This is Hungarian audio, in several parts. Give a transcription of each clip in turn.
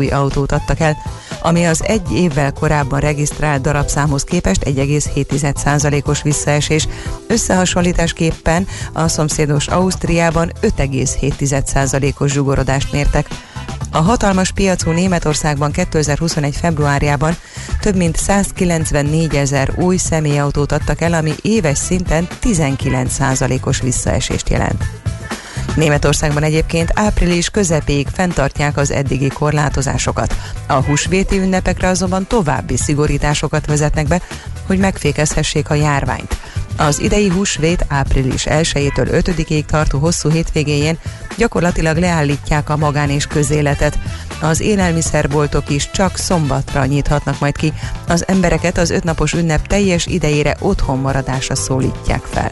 új autót adtak el, ami az egy évvel korábban regisztrált darabszámhoz képest 1,7%-os visszaesés. Összehasonlításképpen a szomszédos Ausztriában 5,7%-os zsugorodást mértek. A hatalmas piacú Németországban 2021. februárjában több mint 194 000 új személyautót adtak el, ami éves szinten 19%-os visszaesést jelent. Németországban egyébként április közepéig fenntartják az eddigi korlátozásokat. A húsvéti ünnepekre azonban további szigorításokat vezetnek be, hogy megfékezhessék a járványt. Az idei húsvét április 1-től 5-ig tartó hosszú hétvégéjén gyakorlatilag leállítják a magán- és közéletet. Az élelmiszerboltok is csak szombatra nyithatnak majd ki. Az embereket az 5 napos ünnep teljes idejére otthon maradásra szólítják fel.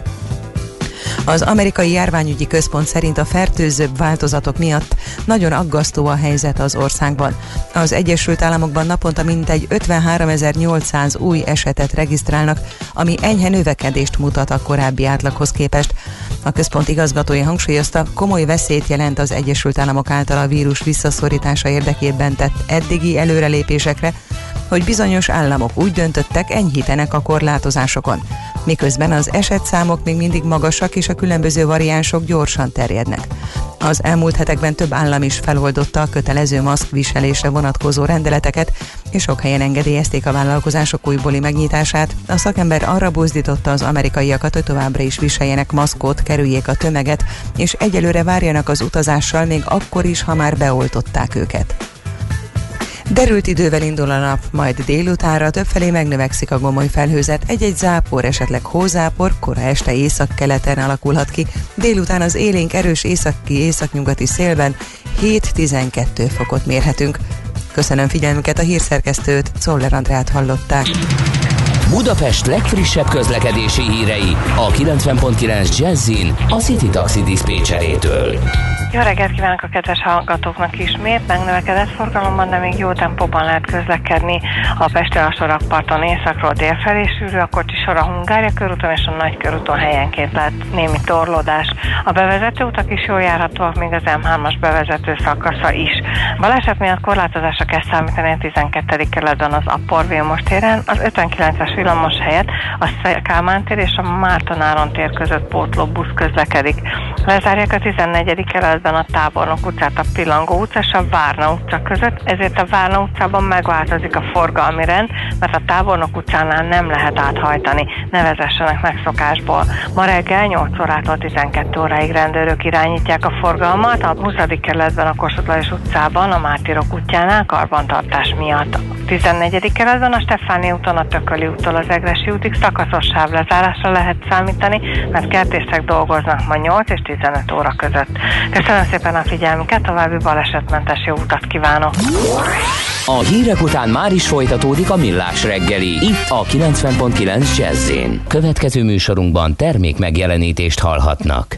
Az amerikai járványügyi központ szerint a fertőzőbb változatok miatt nagyon aggasztó a helyzet az országban. Az Egyesült Államokban naponta mintegy 53.800 új esetet regisztrálnak, ami enyhe növekedést mutat a korábbi átlaghoz képest. A központ igazgatója hangsúlyozta, komoly veszélyt jelent az Egyesült Államok által a vírus visszaszorítása érdekében tett eddigi előrelépésekre, hogy bizonyos államok úgy döntöttek, enyhítenek a korlátozásokon, miközben az esetszámok még mindig magasak és a különböző variánsok gyorsan terjednek. Az elmúlt hetekben több állam is feloldotta a kötelező maszkviselésre vonatkozó rendeleteket, és sok helyen engedélyezték a vállalkozások újbóli megnyitását. A szakember arra buzdította az amerikaiakat, hogy továbbra is viseljenek maszkot, kerüljék a tömeget, és egyelőre várjanak az utazással még akkor is, ha már beoltották őket. Derült idővel indul a nap, majd délutánra többfelé megnövekszik a gomoly felhőzet, egy-egy zápor, esetleg hózápor, kora este északkeleten alakulhat ki, délután az élénk erős északnyugati szélben 7-12 fokot mérhetünk. Köszönöm figyelmüket, a hírszerkesztőt, Czoller Andrát hallották. Budapest legfrissebb közlekedési hírei a 90.9 Jazzin a City Taxi diszpécserétől. Jó reggelt kívánok a kedves hallgatóknak ismét, megnövekedett forgalomban, de még jó tempóban lehet közlekedni a Pesti alsórakparton északról dél felé sűrű a kocsisor a Hungária körúton és a Nagykörúton helyenként lehet némi torlódás. A bevezető utak is jól járhatóak, még az M3-as bevezető szakasza is. Baleset miatt korlátozásra kell számítani a 12. kerületben az Appor Vilmos téren, az 59-es villamos helyett a Kálmán tér és a Márton Áron tér között pótló busz közlekedik. Lezárják a 14. kerületben a Tábornok utcát a Pillangó utca és a Várna utca között, ezért a Várna utcában megváltozik a forgalmi rend, mert a Tábornok utcánál nem lehet áthajtani, ne vezessenek megszokásból. Ma reggel 8 órától 12 óráig rendőrök irányítják a forgalmat, a 20. kerületben a Kossuth Lajos utcában, a Mártírok útjánál karbantartás miatt. A 14. kerületben a Steffánia úton, a Tököli úttól az Egressy útig szakaszos sávlezárásra lehet számítani, mert kertészek dolgoznak ma 8 és 15 óra között. Köszönöm szépen a figyelmüket, további balesetmentes jó utat kívánok! A hírek után már is folytatódik a Millás reggeli, itt a 90.9 Jazz-én. Következő műsorunkban termék megjelenítést hallhatnak.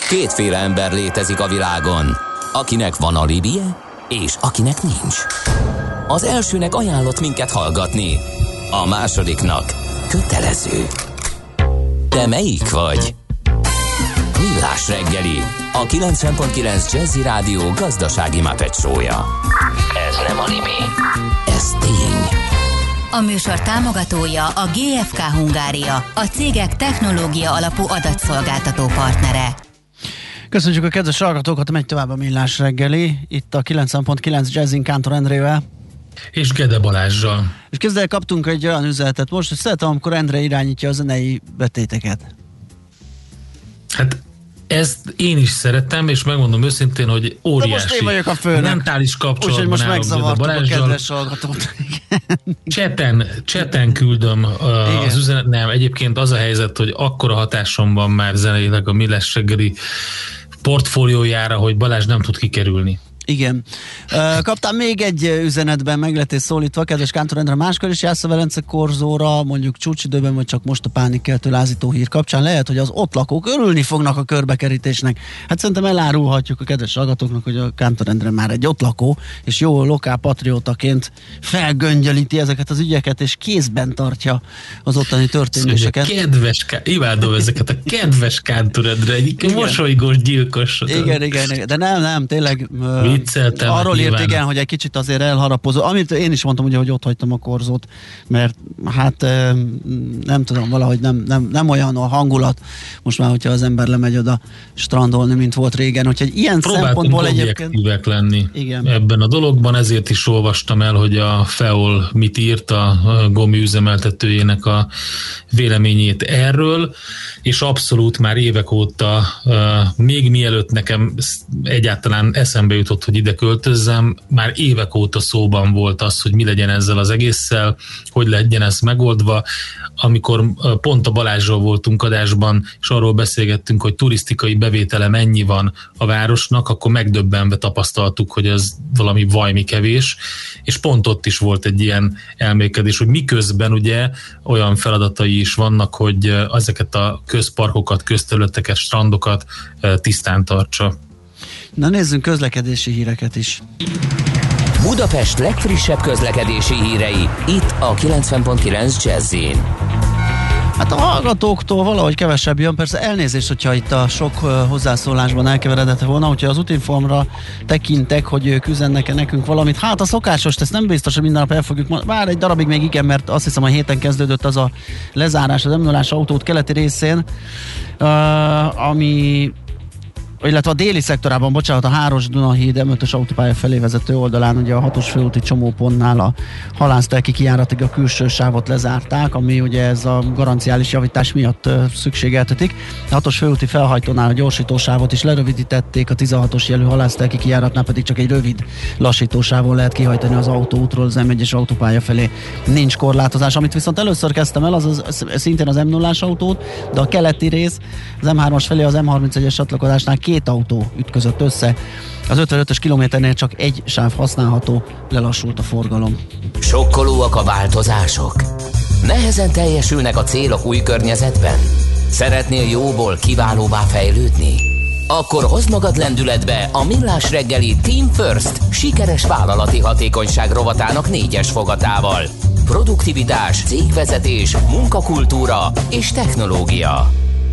Kétféle ember létezik a világon, akinek van alibije, és akinek nincs. Az elsőnek ajánlott minket hallgatni, a másodiknak kötelező. Te melyik vagy? Millás reggeli, a 90.9 Jazzy Rádió gazdasági Muppet show-ja. Ez nem anime, ez tény. A műsor támogatója a GFK Hungária, a cégek technológia alapú adatszolgáltató partnere. Köszönjük a kedves hallgatókat, megy tovább a Millás reggeli, itt a 90.9 Jazzin Kántor Endrével. És Gede Balázsral. És kezdve kaptunk egy olyan üzenetet most, hogy szeretem, amikor Endre irányítja a zenei betéteket. Hát ezt én is szeretem, és megmondom őszintén, hogy óriási. De most én vagyok a főnök. Mentális kapcsolatban most állok Gede Balázsral. a kedves hallgatót. Cseten küldöm az üzenet. Nem, egyébként az a helyzet, hogy akkora hatásom van már zeneileg a Millás reggeli portfóliójára, hogy Balázs nem tud kikerülni. Igen. Kaptam még egy üzenetben, meg lettél szólítva, kedves Kántor Endre, máskor is jársz a Velence korzóra, mondjuk csúcsidőben, vagy csak most a pánikkeltő lázító hír kapcsán. Lehet, hogy az ott lakók örülni fognak a körbekerítésnek. Hát szerintem elárulhatjuk a kedves hallgatóknak, hogy a Kántor Endre már egy ott lakó, és jó lokál patriótaként felgöngyölíti ezeket az ügyeket, és kézben tartja az ottani történéseket. Imádom ezeket a kedves Kántor Endre, egy mosolygós gyilkos. Igen, de nem, tényleg vicceltem, arról írt, igen, hogy egy kicsit azért elharapozó. Amit én is mondtam, ugye, hogy ott hagytam a korzót, mert hát nem tudom, valahogy nem olyan a hangulat most már, hogyha az ember lemegy oda strandolni, mint volt régen. Úgyhogy ilyen szempontból objektívek lenni igen. Ebben a dologban, ezért is olvastam el, hogy a FEOL mit írt, a Gomi üzemeltetőjének a véleményét erről, és abszolút már évek óta, még mielőtt nekem egyáltalán eszembe jutott, hogy ide költözzem, már évek óta szóban volt az, hogy mi legyen ezzel az egésszel, hogy legyen ez megoldva. Amikor pont a Balázsról voltunk adásban, és arról beszélgettünk, hogy turisztikai bevétele mennyi van a városnak, akkor megdöbbenve tapasztaltuk, hogy ez valami vajmi kevés, és pont ott is volt egy ilyen elmélkedés, hogy miközben ugye olyan feladatai is vannak, hogy ezeket a közparkokat, közterületeket, strandokat tisztán tartsa. Na nézzünk közlekedési híreket is. Budapest legfrissebb közlekedési hírei, itt a 90.9 Jazzin. Hát a hallgatóktól valahogy kevesebb jön, persze elnézést, hogyha itt a sok hozzászólásban elkeveredett volna, hogyha az Útinformra tekintek, hogy ők üzennek-e nekünk valamit. Hát a szokásos, ezt nem biztos, hogy minden nap el fogjuk bár egy darabig még igen, mert azt hiszem a héten kezdődött az a lezárás az M0-ás autót keleti részén, ami illetve a déli szektorában, bocsánat, a Háros Dunahíd M5-ös autópálya felé vezető oldalán, ugye a 6-os főúti csomópontnál a Halásztelki kijáratig a külső sávot lezárták, ami ugye ez a garanciális javítás miatt szükségeltetik. A 6-os főúti felhajtónál a gyorsítósávot is lerövidítették, a 16-os jelű Halásztelki kijáratnál pedig csak egy rövid lassítósávon lehet kihajtani az autóútról, az M1-es autópálya felé nincs korlátozás. Amit viszont először kezdtem el, az szintén az M0-ás autót, de a keleti rész, az M3-as felé az M31-es csatlakozásnál két autó ütközött össze. Az 55-ös kilométernél csak egy sáv használható, lelassult a forgalom. Sokkolóak a változások? Nehezen teljesülnek a célok új környezetben? Szeretnél jóból kiválóvá fejlődni? Akkor hozd magad lendületbe a Millás reggeli Team First sikeres vállalati hatékonyság rovatának 4-es fogatával. Produktivitás, cégvezetés, munkakultúra és technológia.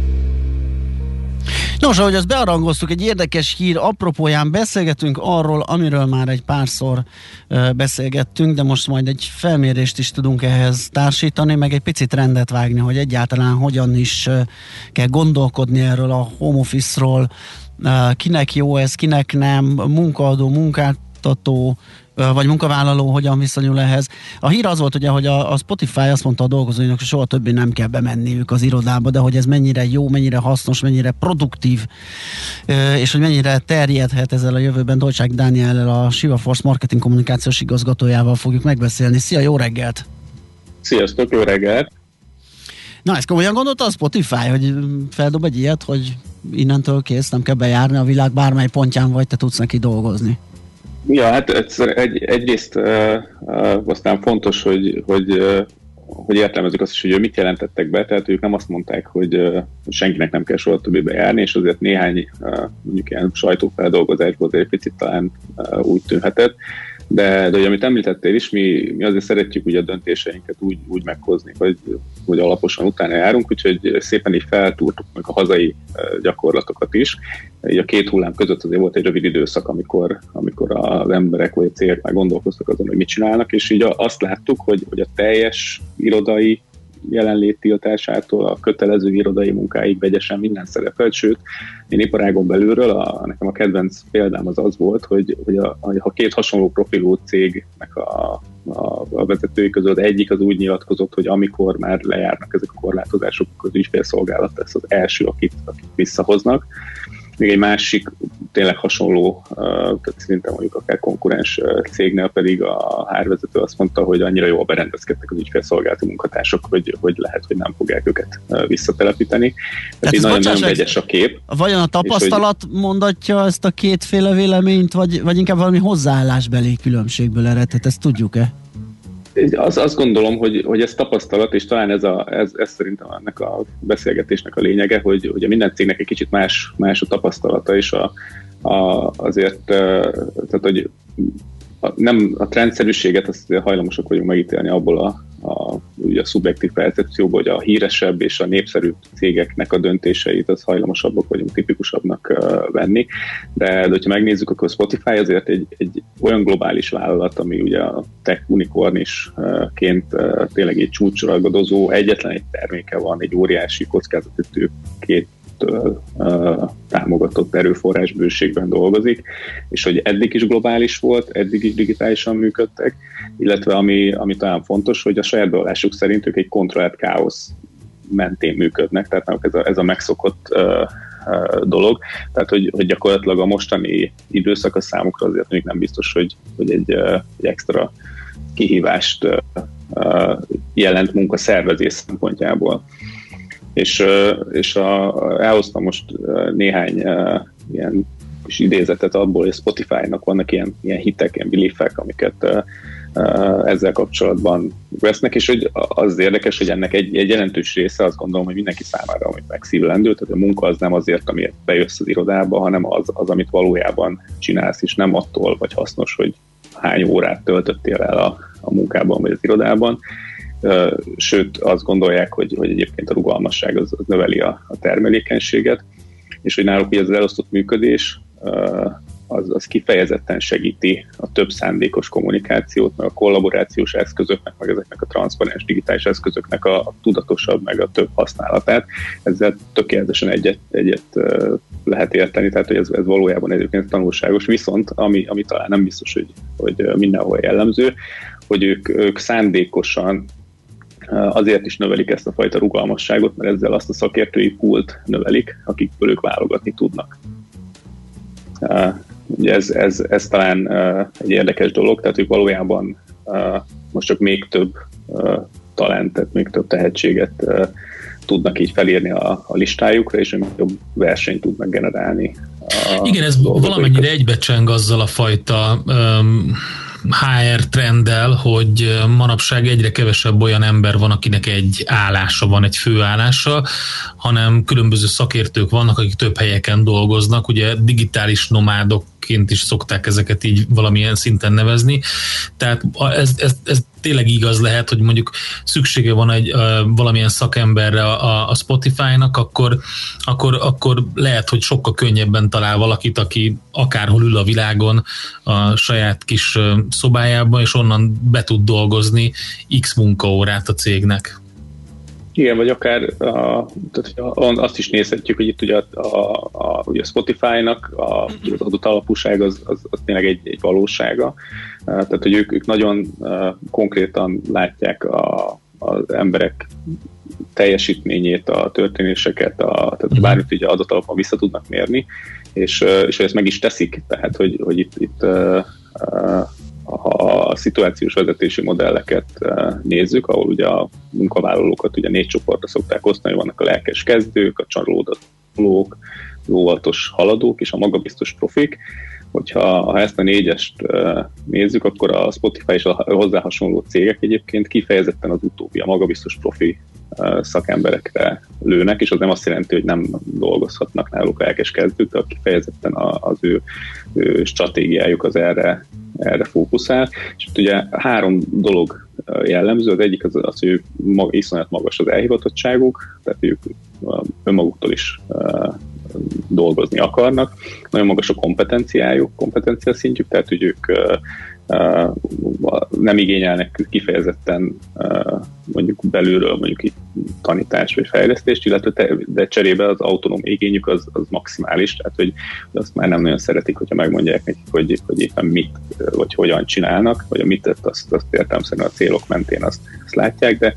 Nos, ahogy azt bearangoztuk, egy érdekes hír apropóján beszélgetünk arról, amiről már egy párszor beszélgettünk, de most majd egy felmérést is tudunk ehhez társítani, meg egy picit rendet vágni, hogy egyáltalán hogyan is kell gondolkodni erről a home office-ról, kinek jó ez, kinek nem, munkaadó, munkáltató, vagy munkavállaló hogyan viszonyul ehhez. A hír az volt ugye, hogy a Spotify azt mondta a dolgozóinak, hogy soha többé nem kell bemenniük az irodába, de hogy ez mennyire jó, mennyire hasznos, mennyire produktív, és hogy mennyire terjedhet ezzel a jövőben. Dolcsák Dániellel, a Siva Force marketing kommunikációs igazgatójával fogjuk megbeszélni. Szia, jó reggelt! Sziasztok, jó reggelt! Na, ezt komolyan gondolta a Spotify, hogy feldob egy ilyet, hogy innentől kész, nem kell bejárni a világ bármely pontján, vagy te tudsz neki dolgozni? Ja, hát egyrészt aztán fontos, hogy hogy értelmezzük azt is, hogy mit jelentettek be, tehát ők nem azt mondták, hogy senkinek nem kell soha többé bejárni, és azért néhány mondjuk ilyen sajtófeldolgozásból azért picit talán úgy tűnhetett, de hogy amit említettél is, mi azért szeretjük ugye a döntéseinket úgy meghozni, hogy alaposan utána járunk, úgyhogy szépen így feltúrtuk meg a hazai gyakorlatokat is. Így a két hullám között azért volt egy rövid időszak, amikor az emberek vagy a cégek már gondolkoztak azon, hogy mit csinálnak, és így azt láttuk, hogy a teljes irodai jelenlét tiltásától a kötelező irodai munkáig vegyesen minden szerepelt, sőt, én iparágon belülről, nekem a kedvenc példám az volt, hogy ha két hasonló profilú cégnek a vezetői között egyik az úgy nyilatkozott, hogy amikor már lejárnak ezek a korlátozások, az ügyfélszolgálat lesz az első, akit visszahoznak. Még egy másik, tényleg hasonló, tehát szerintem mondjuk akár konkurens cégnél pedig a HR-vezető azt mondta, hogy annyira jól berendezkedtek az ügyfélszolgálati munkatársak, hogy lehet, hogy nem fogják őket visszatelepíteni. Tehát így nagyon vegyes a kép. Vajon a tapasztalat mondatja ezt a kétféle véleményt, vagy inkább valami hozzáállásbeli különbségből eredhet, ezt tudjuk-e? Azt gondolom, hogy ez tapasztalat, és talán ez szerintem ennek a beszélgetésnek a lényege, hogy minden cégnek egy kicsit más a tapasztalata, és azért, tehát, hogy nem a trendszerűséget azt hajlamosak vagyunk megítélni abból ugye a szubjektív percepcióból, hogy a híresebb és a népszerűbb cégeknek a döntéseit az hajlamosabbak vagyunk tipikusabbnak venni, de hogyha megnézzük, akkor Spotify azért egy olyan globális vállalat, ami ugye a tech unicornisként tényleg egy csúcsra ragadozó, egyetlen egy terméke van, egy óriási kockázati tőkét támogatott erőforrásbőségben dolgozik, és hogy eddig is globális volt, eddig is digitálisan működtek, illetve ami talán fontos, hogy a saját bevallásuk szerint ők egy kontrollált káosz mentén működnek, tehát ez a megszokott dolog, tehát hogy gyakorlatilag a mostani időszak a számukra azért még nem biztos, hogy egy extra kihívást jelent munkaszervezés szempontjából. És elhoztam most néhány ilyen kis idézetet abból, hogy Spotify-nak vannak ilyen hitek, ilyen beliefek, amiket ezzel kapcsolatban vesznek, és hogy az érdekes, hogy ennek egy jelentős része, azt gondolom, hogy mindenki számára, amit megszívlendő, tehát a munka az nem azért, amiért bejössz az irodába, hanem az, amit valójában csinálsz, és nem attól vagy hasznos, hogy hány órát töltöttél el a munkában vagy az irodában. Sőt, azt gondolják, hogy egyébként a rugalmasság az növeli a termelékenységet, és hogy náluk az elosztott működés az kifejezetten segíti a több szándékos kommunikációt, meg a kollaborációs eszközöknek, meg ezeknek a transzparens digitális eszközöknek a tudatosabb, meg a több használatát. Ezzel tökéletesen egyet lehet érteni, tehát hogy ez valójában egyébként tanulságos, viszont ami talán nem biztos, hogy mindenhol jellemző, hogy ők szándékosan azért is növelik ezt a fajta rugalmasságot, mert ezzel azt a szakértői poolt növelik, akikből ők válogatni tudnak. Ugye ez talán egy érdekes dolog, tehát ők valójában most csak még több talentet, még több tehetséget tudnak így felírni a listájukra, és jobb versenyt tudnak generálni. Igen, ez valamennyire egybecseng azzal a fajta HR trenddel, hogy manapság egyre kevesebb olyan ember van, akinek egy állása van, egy főállása, hanem különböző szakértők vannak, akik több helyeken dolgoznak, ugye digitális nomádokként is szokták ezeket így valamilyen szinten nevezni, tehát ez tényleg igaz lehet, hogy mondjuk szüksége van egy valamilyen szakemberre a Spotify-nak, akkor lehet, hogy sokkal könnyebben talál valakit, aki akárhol ül a világon a saját kis szobájában, és onnan be tud dolgozni X munkaórát a cégnek. Igen, vagy akár tehát azt is nézhetjük, hogy itt ugye ugye a Spotify-nak az adott alapúság az tényleg egy valósága. Tehát, hogy ők nagyon konkrétan látják az emberek teljesítményét, a történéseket, tehát bármit ugye adatalapon vissza tudnak mérni, és ezt meg is teszik. Tehát, hogy itt ha a szituációs vezetési modelleket nézzük, ahol ugye a munkavállalókat ugye 4 csoportra szokták osztani, vannak a lelkes kezdők, a csalódott, az óvatos haladók és a magabiztos profik, hogyha ezt a 4-est nézzük, akkor a Spotify és a hozzá hasonló cégek egyébként kifejezetten az utóbbi, a magabiztos profi szakemberekre lőnek, és az nem azt jelenti, hogy nem dolgozhatnak náluk lelkes kezdők, de kifejezetten az ő stratégiájuk az erre fókuszál. És ugye 3 dolog jellemző, az egyik az ő iszonyat magas az elhivatottságuk, tehát ők önmaguktól is dolgozni akarnak. Nagyon magas a kompetencia szintjük, tehát hogy ők nem igényelnek kifejezetten mondjuk belülről mondjuk itt tanítást vagy fejlesztést, illetve de cserébe az autonóm igényük az maximális, tehát hogy azt már nem nagyon szeretik, hogyha megmondják nekik, hogy éppen mit vagy hogyan csinálnak, vagy a mitet azt értelemszerűen a célok mentén azt látják,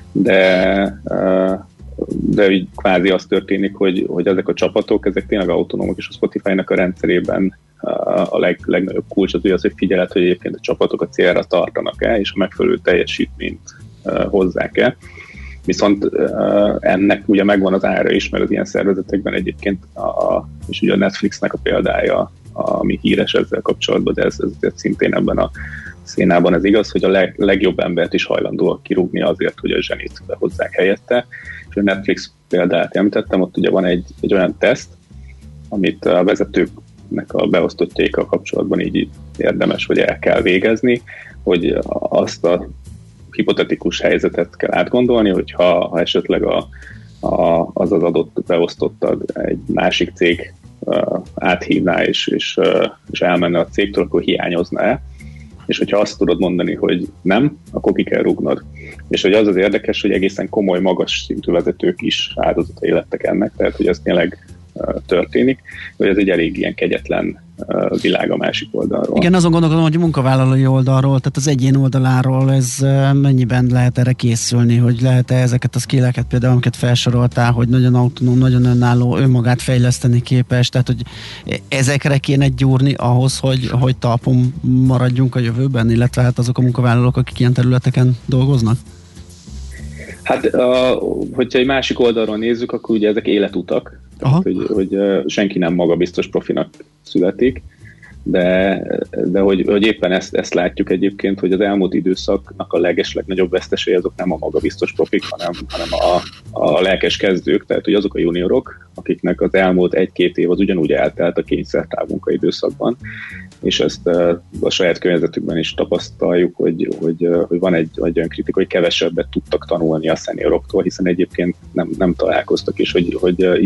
de így kvázi az történik, hogy ezek a csapatok, ezek tényleg autonómok, és a Spotify-nak a rendszerében a legnagyobb kulcs az, hogy figyeled, hogy egyébként a csapatok a célra tartanak-e, és a megfelelő teljesítményt hozzák-e. Viszont ennek ugye megvan az ára is, mert az ilyen szervezetekben egyébként, és ugye a Netflixnek a példája, ami híres ezzel kapcsolatban, de ez szintén ebben a szénában ez igaz, hogy a legjobb embert is hajlandóak kirúgni azért, hogy a zsenit behozzák helyette. És a Netflix példát említettem, ott ugye van egy olyan teszt, amit a vezetőknek a beosztottjaikkal kapcsolatban így érdemes, vagy el kell végezni, hogy azt a hipotetikus helyzetet kell átgondolni, hogyha esetleg az adott beosztottad egy másik cég áthívná és elmenne a cégtől, akkor hiányozna-e? És hogyha azt tudod mondani, hogy nem, akkor ki kell rúgnod. És hogy az érdekes, hogy egészen komoly, magas szintű vezetők is áldozatai lettek ennek, tehát hogy ez tényleg történik, hogy ez egy elég ilyen kegyetlen világ a másik oldalról. Igen, azon gondolkodom, hogy a munkavállalói oldalról, tehát az egyén oldaláról ez mennyiben lehet erre készülni, hogy lehet-e ezeket a skilleket például, amiket felsoroltál, hogy nagyon autonóm, nagyon önálló, önmagát fejleszteni képes, tehát hogy ezekre kéne gyúrni ahhoz, hogy talpon maradjunk a jövőben, illetve hát azok a munkavállalók, akik ilyen területeken dolgoznak? Hát, hogyha egy másik oldalról nézzük, akkor ugye ezek életutak, tehát, hogy senki nem magabiztos profinak születik, de hogy éppen ezt látjuk egyébként, hogy az elmúlt időszaknak a legnagyobb vesztesei azok nem a magabiztos profik, hanem a lelkes kezdők, tehát hogy azok a juniorok, akiknek az elmúlt 1-2 év az ugyanúgy eltelt a kényszertávmunka időszakban, és ezt a saját környezetükben is tapasztaljuk, hogy van egy olyan kritika, hogy kevesebbet tudtak tanulni a szenioroktól, hiszen egyébként nem találkoztak, és hogy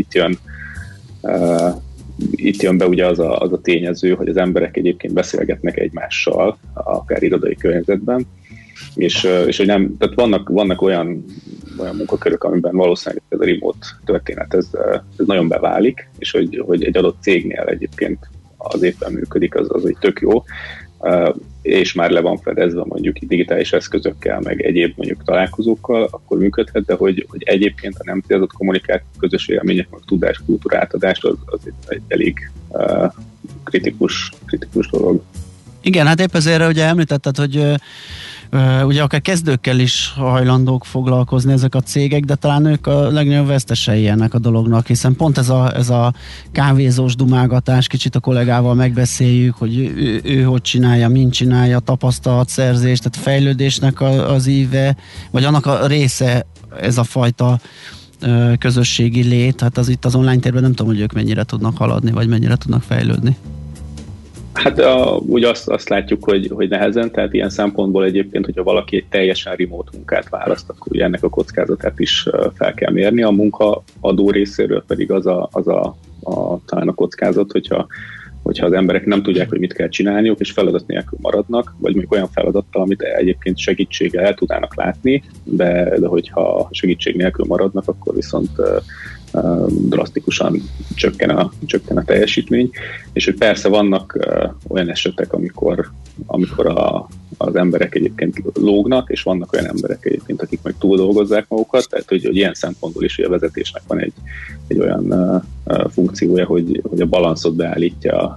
itt jön be ugye az a tényező, hogy az emberek egyébként beszélgetnek egymással, akár irodai környezetben, és hogy nem, tehát vannak olyan munkakörök, amiben valószínűleg ez a remote történet ez nagyon beválik, és hogy egy adott cégnél egyébként az éppen működik, az egy tök jó, és már le van fedezve mondjuk digitális eszközökkel, meg egyéb mondjuk találkozókkal, akkor működhet, de hogy egyébként a nem célzott kommunikáció, közös élmények, meg tudáskultúra átadás az egy elég kritikus dolog. Igen, hát épp ezért ugye említetted, hogy ugye akár kezdőkkel is hajlandók foglalkozni ezek a cégek, de talán ők a legnagyobb vesztesei ennek a dolognak, hiszen pont ez a kávézós dumálgatás, kicsit a kollégával megbeszéljük, hogy ő hogy csinálja, mint csinálja, tapasztalatszerzés, tehát fejlődésnek az íve, vagy annak a része ez a fajta közösségi lét, hát az itt az online térben nem tudom, hogy ők mennyire tudnak haladni, vagy mennyire tudnak fejlődni. Hát ugye azt látjuk, hogy nehezen, tehát ilyen szempontból egyébként, hogyha valaki egy teljesen remote munkát választ, akkor ugye ennek a kockázatát is fel kell mérni. A munkaadó részéről pedig talán a kockázat, hogyha az emberek nem tudják, hogy mit kell csinálniuk, és feladat nélkül maradnak, vagy mondjuk olyan feladattal, amit egyébként segítséggel el tudnának látni, de hogyha segítség nélkül maradnak, akkor viszont drasztikusan csökken a teljesítmény, és hogy persze vannak olyan esetek, amikor az emberek egyébként lógnak, és vannak olyan emberek egyébként, akik meg túldolgozzák magukat, tehát hogy ilyen szempontból is, hogy a vezetésnek van egy olyan funkciója, hogy a balanszot beállítja az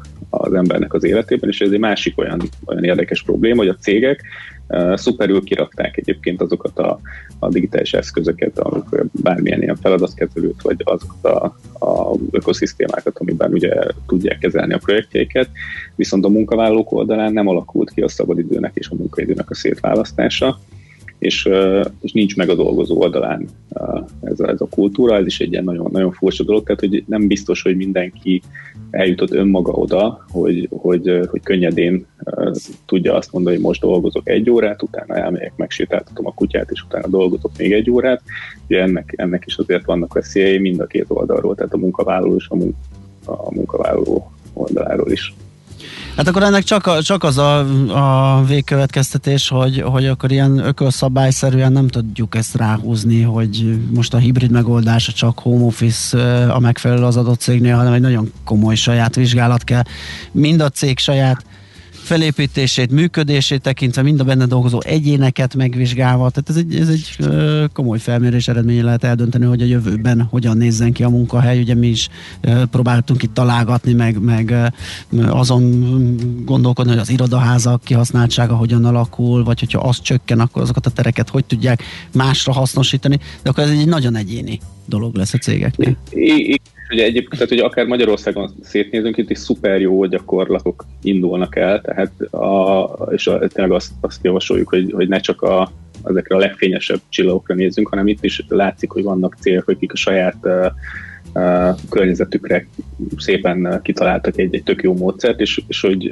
az embernek az életében, és ez egy másik olyan érdekes probléma, hogy a cégek szuperül kirakták egyébként azokat a digitális eszközöket, amikor bármilyen ilyen feladatkezelőt, vagy azokat a ökoszisztémákat, amiben ugye tudják kezelni a projektjeiket, viszont a munkavállalók oldalán nem alakult ki a szabadidőnek és a munkaidőnek a szétválasztása, és nincs meg a dolgozó oldalán ez a kultúra, ez is egy ilyen nagyon, nagyon furcsa dolog, tehát hogy nem biztos, hogy mindenki eljutott önmaga oda, hogy könnyedén tudja azt mondani, hogy most dolgozok 1 órát, utána elmegyek, megsétáltatom a kutyát, és utána dolgozok még 1 órát. Ugye ennek is azért vannak veszélyei mind a két oldalról, tehát a munkavállaló és a munkavállaló oldaláról is. Hát akkor ennek csak az a végkövetkeztetés, hogy akkor ilyen ökölszabályszerűen nem tudjuk ezt ráhúzni, hogy most a hibrid megoldása csak home office a megfelelő az adott cégnél, hanem egy nagyon komoly saját vizsgálat kell. Mind a cég saját felépítését, működését tekintve, mind a benne dolgozó egyéneket megvizsgálva. Tehát ez egy komoly felmérés eredménye lehet eldönteni, hogy a jövőben hogyan nézzen ki a munkahely. Ugye mi is próbáltunk itt találgatni, meg azon gondolkodni, hogy az irodaházak kihasználtsága hogyan alakul, vagy hogyha az csökken, akkor azokat a tereket hogy tudják másra hasznosítani. De akkor ez egy nagyon egyéni dolog lesz a cégeknél. Ugye egyébként, tehát, hogy akár Magyarországon szétnézünk, itt is szuper jó gyakorlatok indulnak el, tehát tényleg azt javasoljuk, hogy ne csak ezekre a legfényesebb csillagokra nézzünk, hanem itt is látszik, hogy vannak cégek, akik a saját környezetükre szépen kitaláltak egy tök jó módszert, és hogy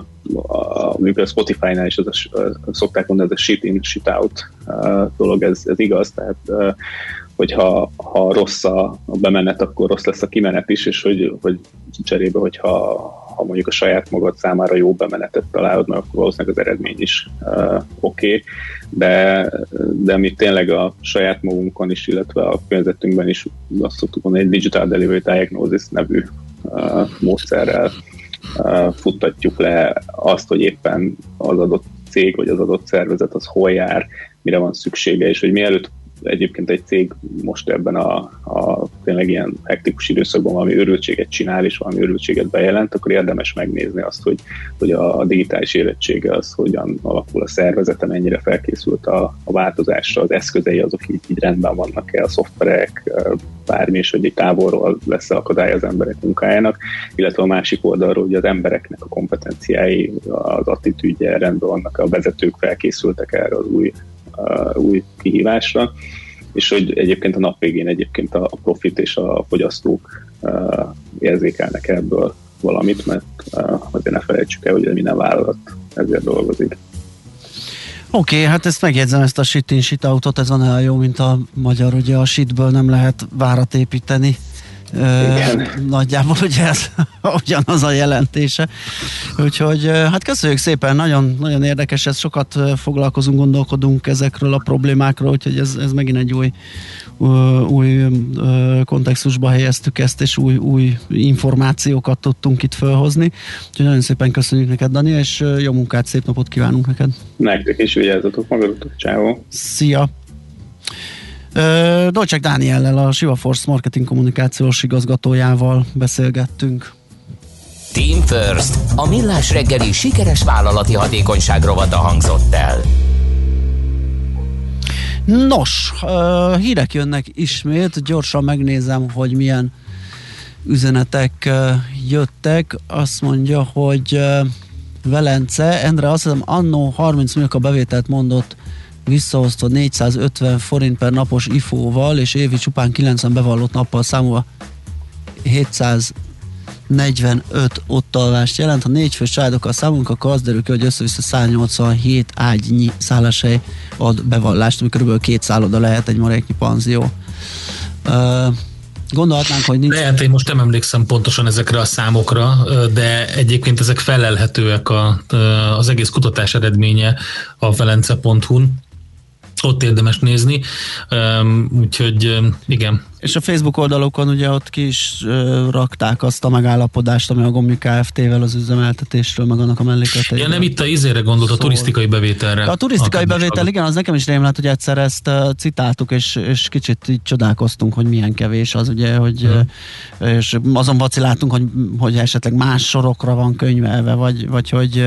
a Spotify-nál is szokták mondani, ez a shit in, shit out dolog, ez igaz, tehát hogyha rossz a bemenet, akkor rossz lesz a kimenet is, és hogy cserébe, hogyha mondjuk a saját magad számára jó bemenetet találod, mert akkor valószínűleg az eredmény is oké. De mi tényleg a saját magunkon is, illetve a környezetünkben is azt szoktuk mondani, egy Digital Delivery Diagnosis nevű módszerrel futtatjuk le azt, hogy éppen az adott cég, vagy az adott szervezet az hol jár, mire van szüksége, és hogy mielőtt egyébként egy cég most ebben a tényleg ilyen hektikus időszakban valami őrültséget csinál, és valami őrültséget bejelent, akkor érdemes megnézni azt, hogy a digitális érettsége az hogyan alakul a szervezete, mennyire felkészült a változásra, az eszközei azok így rendben vannak-e, a szoftverek, bármi is, hogy egy távolról lesz akadály az emberek munkájának, illetve a másik oldalról, hogy az embereknek a kompetenciái, az attitűdje rendben vannak, a vezetők felkészültek erre az új kihívásra, és hogy egyébként a nap végén egyébként a profit és a fogyasztók érzékelnek ebből valamit, mert azért ne felejtsük el, hogy minden vállalat ezért dolgozik. Oké, hát ezt megjegyzem, ezt a shit in, shit outot, ez van olyan jó, mint a magyar, ugye a shitből nem lehet várat építeni. Nagyjából ugye ez ugyanaz a jelentése. Úgyhogy hát köszönjük szépen, nagyon, nagyon érdekes, ez sokat foglalkozunk, gondolkodunk ezekről a problémákról, úgyhogy ez megint egy új kontextusba helyeztük ezt, és új információkat tudtunk itt felhozni. Úgyhogy nagyon szépen köszönjük neked, Dani, és jó munkát, szép napot kívánunk neked. Nektek is vigyázzatok magatotok, ciao. Szia! Dolcsák Dániellel, a Siva Force marketing kommunikációs igazgatójával beszélgettünk. Team First, a millás reggeli sikeres vállalati hatékonyság rovata hangzott el. Nos, hírek jönnek ismét, gyorsan megnézem, hogy milyen üzenetek jöttek. Azt mondja, hogy Velence, Endre, azt hiszem annó 30 millió a bevételt mondott, visszaosztva 450 forint per napos IFO-val, és évi csupán 90 bevallott nappal számolva 745 ottalvást jelent. Ha 4 fős családokkal számolunk, akkor az derül ki, hogy össze-vissza 187 ágynyi szálláshely ad bevallást, ami kb. 2 szálloda lehet egy maréknyi panzió. Gondolhatnánk, hogy nincs... Lehet, én most nem emlékszem pontosan ezekre a számokra, de egyébként ezek felelhetőek az egész kutatás eredménye a velence.hu-n. ott érdemes nézni, úgyhogy igen. És a Facebook oldalokon ugye ott ki is rakták azt a megállapodást, ami a Gomi Kft-vel az üzemeltetésről, meg annak a mellékleteivel. Ja, nem itt a izére gondolt, a turisztikai bevételre. A turisztikai bevétel, igen, az nekem is rémlát, hogy egyszer ezt citáltuk, és kicsit így csodálkoztunk, hogy milyen kevés az, ugye, hogy és azon vaciláltunk, hogy esetleg más sorokra van könyvelve, vagy hogy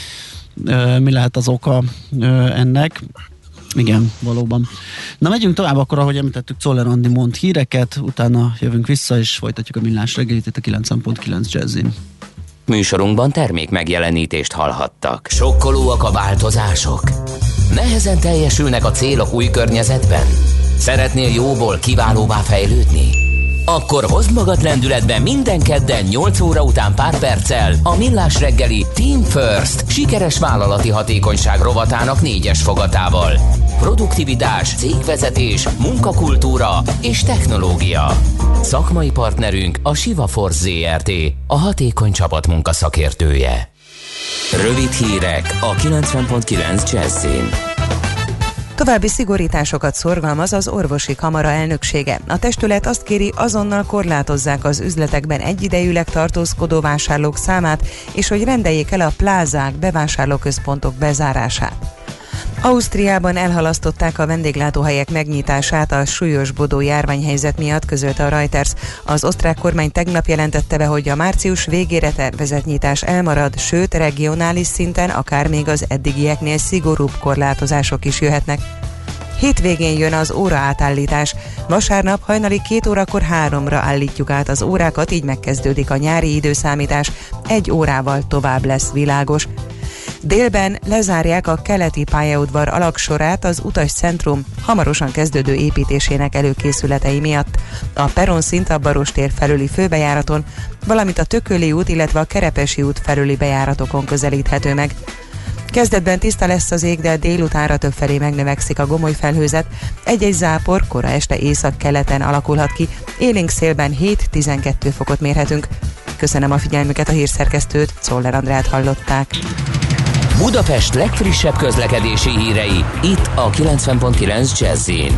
mi lehet az oka ennek. Igen, valóban. Na, megyünk tovább akkor, ahogy említettük, Czoller Andi mond híreket, utána jövünk vissza, és folytatjuk a Millás reggelit itt a 90.9 Jazzin. Műsorunkban termék megjelenítést hallhattak. Sokkolóak a változások? Nehezen teljesülnek a célok új környezetben? Szeretnél jóból kiválóvá fejlődni? Akkor hozd magad lendületben minden kedden 8 óra után pár perccel a Millás reggeli Team First sikeres vállalati hatékonyság rovatának 4-es fogatával. Produktivitás, cégvezetés, munkakultúra és technológia. Szakmai partnerünk a Siva Force Zrt., a hatékony csapatmunka szakértője. Rövid hírek a 90.9 Jazzin. További szigorításokat szorgalmaz az orvosi kamara elnöksége. A testület azt kéri, azonnal korlátozzák az üzletekben egyidejűleg tartózkodó vásárlók számát, és hogy rendeljék el a plázák, bevásárlóközpontok bezárását. Ausztriában elhalasztották a vendéglátóhelyek megnyitását a súlyosbodó járványhelyzet miatt, közölte a Reuters. Az osztrák kormány tegnap jelentette be, hogy a március végére tervezett nyitás elmarad, sőt regionális szinten akár még az eddigieknél szigorúbb korlátozások is jöhetnek. Hétvégén jön az óraátállítás. Vasárnap hajnali 2 órakor 3-ra állítjuk át az órákat, így megkezdődik a nyári időszámítás. 1 órával tovább lesz világos. Délben lezárják a keleti pályaudvar alagsorát az utascentrum hamarosan kezdődő építésének előkészületei miatt. A peronszint a Barostér felüli főbejáraton, valamint a Tököli út, illetve a Kerepesi út felüli bejáratokon közelíthető meg. Kezdetben tiszta lesz az ég, de délutánra többfelé megnövekszik a gomoly felhőzet. Egy-egy zápor kora este észak-keleten alakulhat ki, élénk szélben 7-12 fokot mérhetünk. Köszönöm a figyelmüket, a hírszerkesztőt, Czoller Andrát hallották. Budapest legfrissebb közlekedési hírei, itt a 90.9 Jazzin.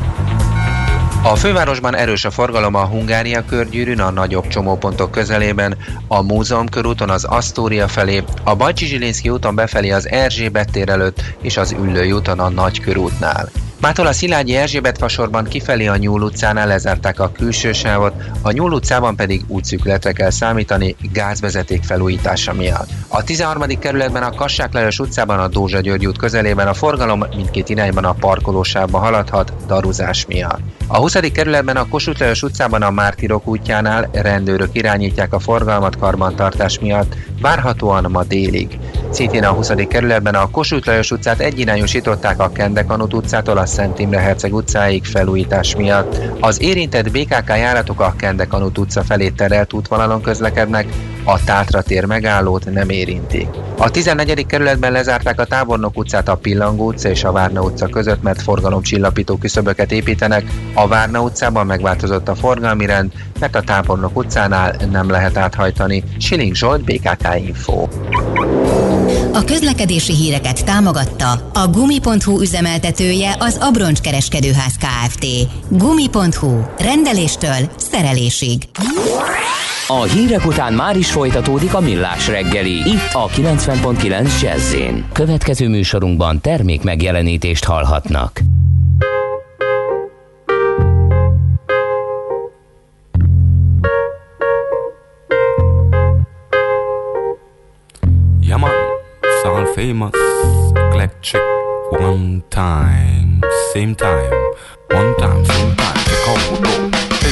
A fővárosban erős a forgalom a Hungária körgyűrűn, a nagyobb csomópontok közelében, a Múzeum körúton az Asztória felé, a Bajcsy-Zsilinszky úton befelé az Erzsébet tér előtt és az Üllői úton a Nagykörútnál. Mától a Szilágyi Erzsébet fasorban kifelé a Nyúl utcánál lezárták a külső sávot, a Nyúl utcában pedig útszűkületre kell számítani gázvezeték felújítása miatt. A 13. kerületben a Kassák Lajos utcában a Dózsa György út közelében a forgalom mindkét irányban a parkolósávba haladhat daruzás miatt. A 20. kerületben a Kossuth Lajos utcában a Mártirok útjánál rendőrök irányítják a forgalmat karbantartás miatt, várhatóan ma délig. Szintén a 20. kerületben a Kossuth Lajos utcát egyirányosították a Kendekanut utcától a Szent Imre Herceg utcáig felújítás miatt. Az érintett BKK járatok a Kendekanut utca felé terelt útvonalon közlekednek, a Tátra tér megállót nem érintik. A 14. kerületben lezárták a Tábornok utcát a Pillangó utca és a Várna utca között, mert forgalomcsillapító küszöböket építenek. A Várna utcában megváltozott a forgalmi rend, mert a Tábornok utcánál nem lehet áthajtani. Siling Zsolt, BKK Info. A közlekedési híreket támogatta a Gumi.hu üzemeltetője, az Abroncs Kereskedőház Kft. Gumi.hu. Rendeléstől szerelésig. A hírek után már is folytatódik a Millás reggeli, itt a 90.9 Jazzin. Következő műsorunkban termék megjelenítést hallhatnak. Yeah man, it's all famous, electric, one time, same time, one time, same time, check out who go, hey.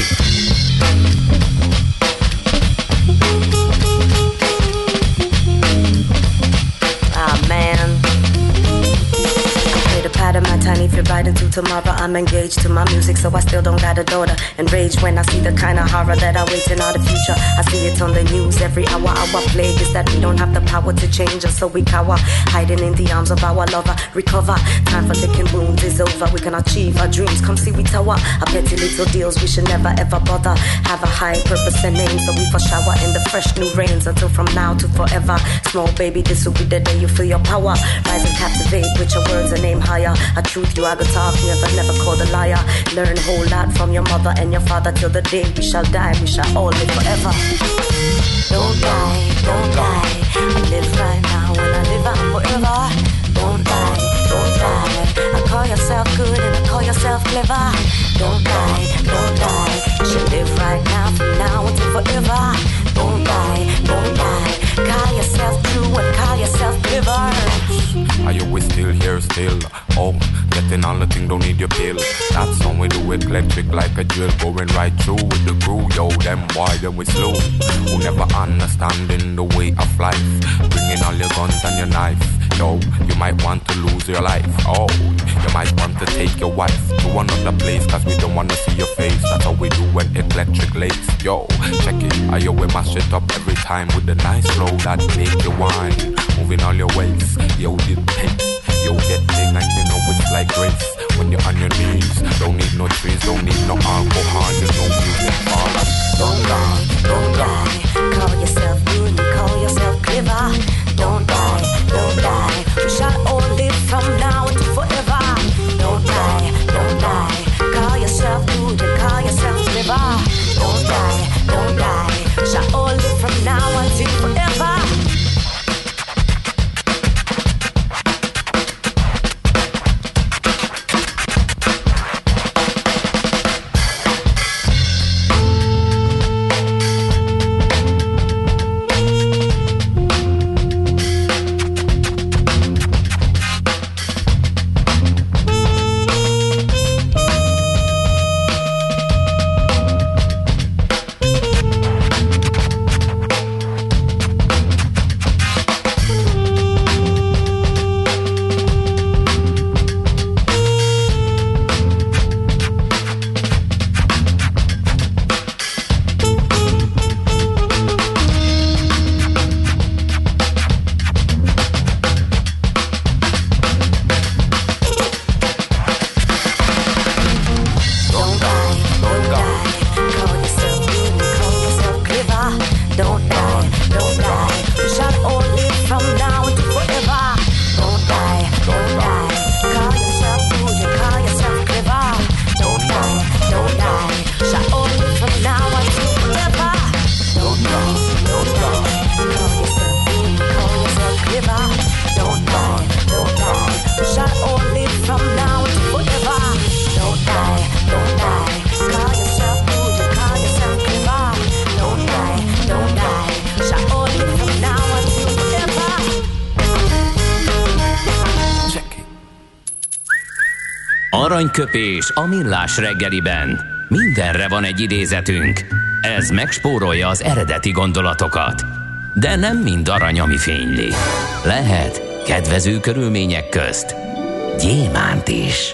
Of my time if you're riding to tomorrow, I'm engaged to my music, so I still don't got a daughter. Enraged when I see the kind of horror that I wait in the future. I see it on the news every hour. Our plague is that we don't have the power to change us, so we cower, hiding in the arms of our lover. Recover, time for licking wounds is over. We can achieve our dreams, come see we tower. Our petty little deals, we should never ever bother. Have a high purpose and aim, so we for shower in the fresh new rains until from now to forever. Small baby, this will be the day you feel your power. Rise and captivate with your words and aim higher. A truth you I got talk, never called a liar. Learn a whole lot from your mother and your father till the day we shall die. We shall all live forever. Don't die, don't die. I live right now and I live on forever. Don't die, don't die. I call yourself good and I call yourself clever. Don't die, don't die. You should live right now from now until forever. Don't die, don't die. Call yourself true and call yourself clever. Are you still here still? Oh, getting on the thing, don't need your pill. That's how we do it, electric like a drill. Going right through with the crew, yo, them wide and we slow. Who never understanding the way of life. Bringing all your guns and your knife. Yo, you might want to lose your life. Oh, you might want to take your wife to another place, cause we don't want to see your face. That's how we do when electric lace. Yo, check it, yo, we mash it up every time with the nice flow that make you whine. Moving all your ways, yo, the pace. Yo, get thing and you know it's like grace. When you're on your knees, don't need no trees, don't need no alcohol, you know music, all that. Don't die, don't die. Call yourself good and call yourself clever. Don't die, don't die. We shall all live from now to forever. Don't die, don't die. Call yourself good and call yourself clever. Don't die, don't die. We shall all live from now until forever. Aranyköpés a millás reggeliben. Mindenre van egy idézetünk. Ez megspórolja az eredeti gondolatokat. De nem mind arany, ami fényli. Lehet kedvező körülmények közt gyémánt is.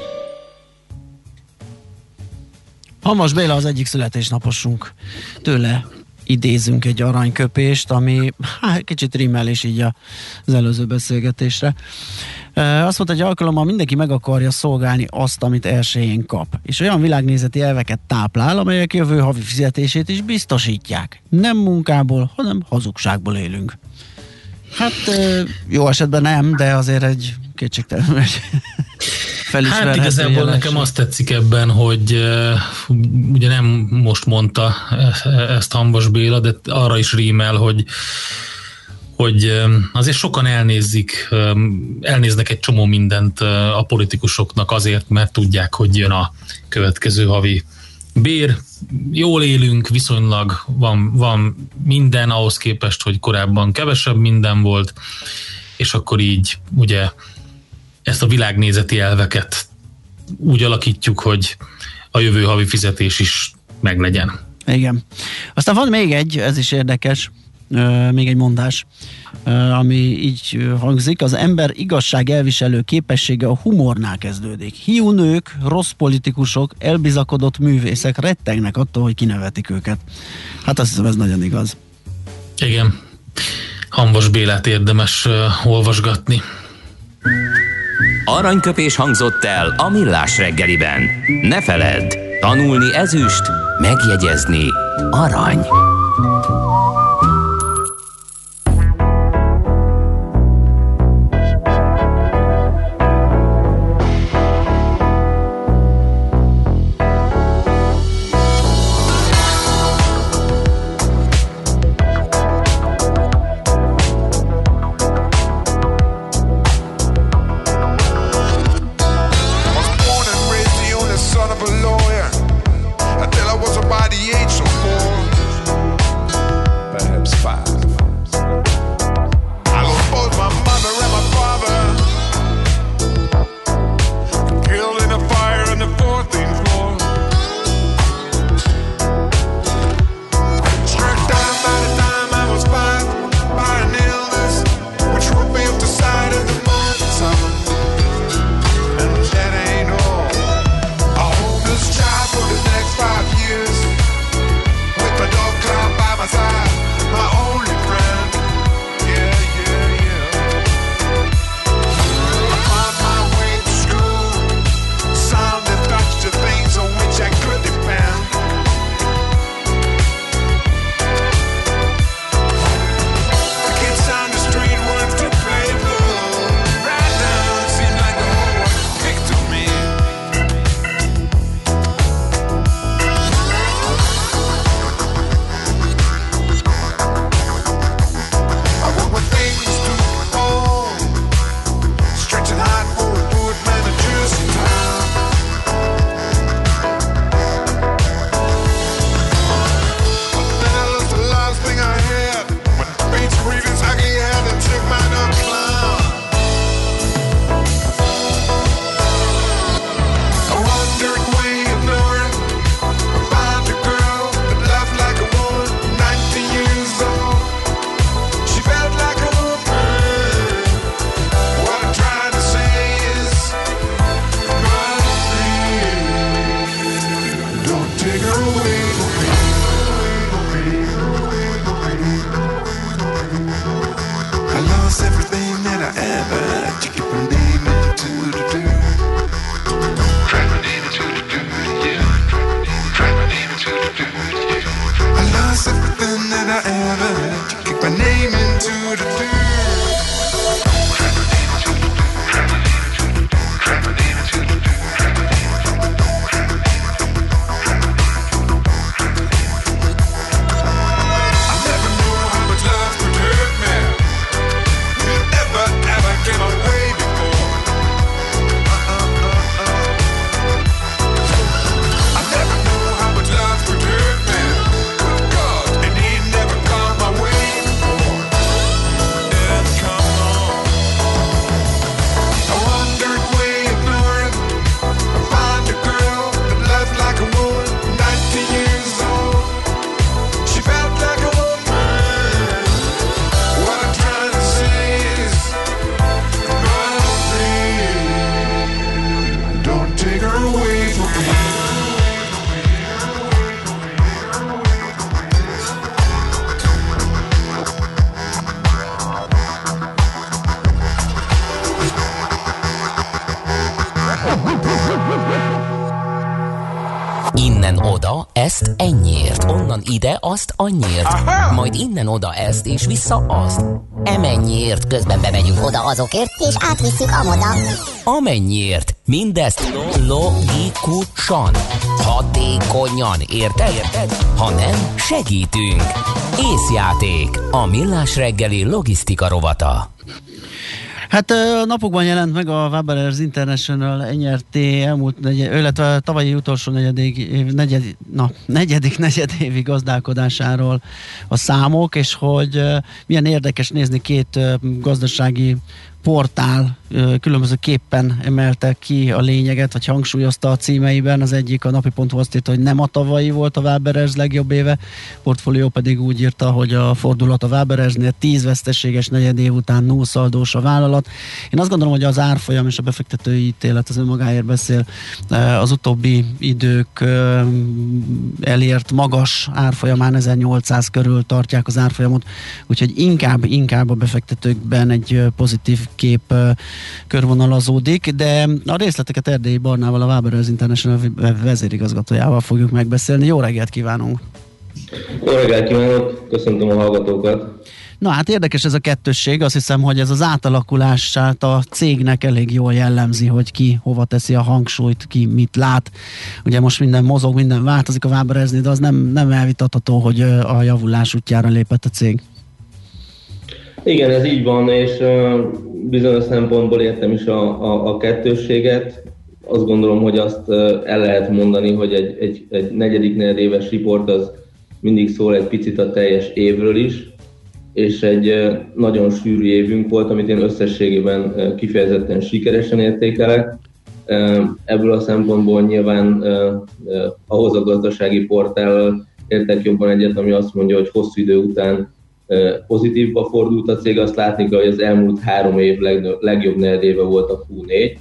Halmas Béla az egyik születésnaposunk. Tőle idézünk egy aranyköpést, ami kicsit rímel is így az előző beszélgetésre. Azt mondta, hogy alkalommal mindenki meg akarja szolgálni azt, amit elsőjén kap. És olyan világnézeti elveket táplál, amelyek jövő havi fizetését is biztosítják. Nem munkából, hanem hazugságból élünk. Hát jó esetben nem, de azért egy kétségtelen felismerhető. Hát igazából jelenség. Nekem azt tetszik ebben, hogy ugye nem most mondta ezt Hamvas Béla, de arra is rímel, hogy azért sokan elnéznek egy csomó mindent a politikusoknak azért, mert tudják, hogy jön a következő havi bér. Jól élünk, viszonylag van minden ahhoz képest, hogy korábban kevesebb minden volt, és akkor így ugye ezt a világnézeti elveket úgy alakítjuk, hogy a jövő havi fizetés is meglegyen. Igen. Aztán van még egy, ez is érdekes, még egy mondás, ami így hangzik: az ember igazság elviselő képessége a humornál kezdődik. Hiú nők, rossz politikusok, elbizakodott művészek rettegnek attól, hogy kinevetik őket. Hát azt hiszem, ez nagyon igaz. Igen. Hamvas Bélát érdemes olvasgatni. Aranyköpés hangzott el a Millás reggeliben. Ne feledd, tanulni ezüst, megjegyezni arany. Innen oda, ezt ennyiért, onnan ide, azt annyiért, majd innen oda ezt, és vissza azt. Emennyiért, közben bemegyünk oda azokért, és átvisszük amoda. Amennyiért, mindezt logikusan, hatékonyan, érted? Ha nem, segítünk. Észjáték, a Millás reggeli logisztika rovata. Hát a napokban jelent meg a Waberers International NRT elmúlt, illetve tavalyi utolsó negyedik negyedévi gazdálkodásáról a számok, és hogy milyen érdekes nézni két gazdasági portál különbözőképpen emelte ki a lényeget, vagy hangsúlyozta a címeiben. Az egyik, a napi.hu azt írta, hogy nem a tavalyi volt a Waberers legjobb éve, Portfolio pedig úgy írta, hogy a fordulat a Waberersnél 10 veszteséges negyed év után nullszaldós a vállalat. Én azt gondolom, hogy az árfolyam és a befektetői ítélet az önmagáért beszél. Az utóbbi idők elért magas árfolyamán 1800 körül tartják az árfolyamot, úgyhogy inkább a befektetőkben egy pozitív kép körvonalazódik, de a részleteket Erdélyi Barnával, a Waberers International vezérigazgatójával fogjuk megbeszélni. Jó reggelt kívánunk! Jó reggelt kívánok! Köszöntöm a hallgatókat! Na hát érdekes ez a kettősség, azt hiszem, hogy ez az átalakulását a cégnek elég jól jellemzi, hogy ki hova teszi a hangsúlyt, ki mit lát. Ugye most minden mozog, minden változik a Waberersnél, de az nem elvitatható, hogy a javulás útjára lépett a cég. Igen, ez így van, és bizonyos szempontból értem is a kettősséget. Azt gondolom, hogy azt el lehet mondani, hogy egy negyedéves riport az mindig szól egy picit a teljes évről is, és egy nagyon sűrű évünk volt, amit én összességében kifejezetten sikeresen értékelek. Ebből a szempontból nyilván ahhoz a gazdasági portállal értek jobban egyet, ami azt mondja, hogy hosszú idő után pozitívba fordult a cég. Azt látni kell, hogy az elmúlt 3 év legjobb negyedéve volt a Q4,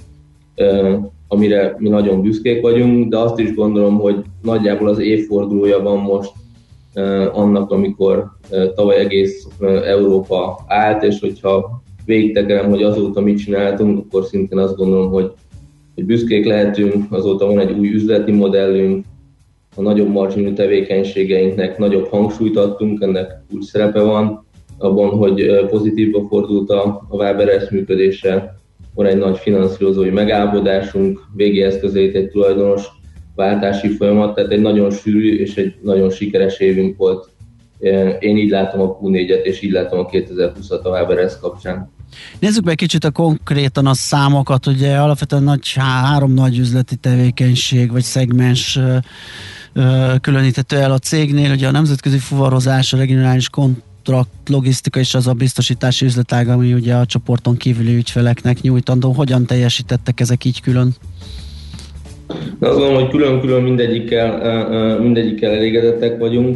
amire mi nagyon büszkék vagyunk, de azt is gondolom, hogy nagyjából az évfordulója van most annak, amikor tavaly egész Európa állt, és hogyha végigtekerem, hogy azóta mit csináltunk, akkor szintén azt gondolom, hogy büszkék lehetünk, azóta van egy új üzleti modellünk, a nagyobb marginű tevékenységeinknek nagyobb hangsúlyt adtunk, ennek úgy szerepe van abban, hogy pozitívba fordult a Waberers működése, van egy nagy finanszírozói megállapodásunk, végéeszközeit egy tulajdonos váltási folyamat, tehát egy nagyon sűrű és egy nagyon sikeres évünk volt. Én így látom a Q4-et, és így látom a 2020-at a Waberers kapcsán. Nézzük meg kicsit konkrétan a számokat, ugye alapvetően 3 nagy üzleti tevékenység vagy szegmens különíthető el a cégnél, ugye a nemzetközi fuvarozás, a regionális kontrakt, logisztika és az a biztosítási üzletág, ami ugye a csoporton kívüli ügyfeleknek nyújtandó. Hogyan teljesítettek ezek így külön? Azt gondolom, hogy külön-külön mindegyikkel elégedettek vagyunk.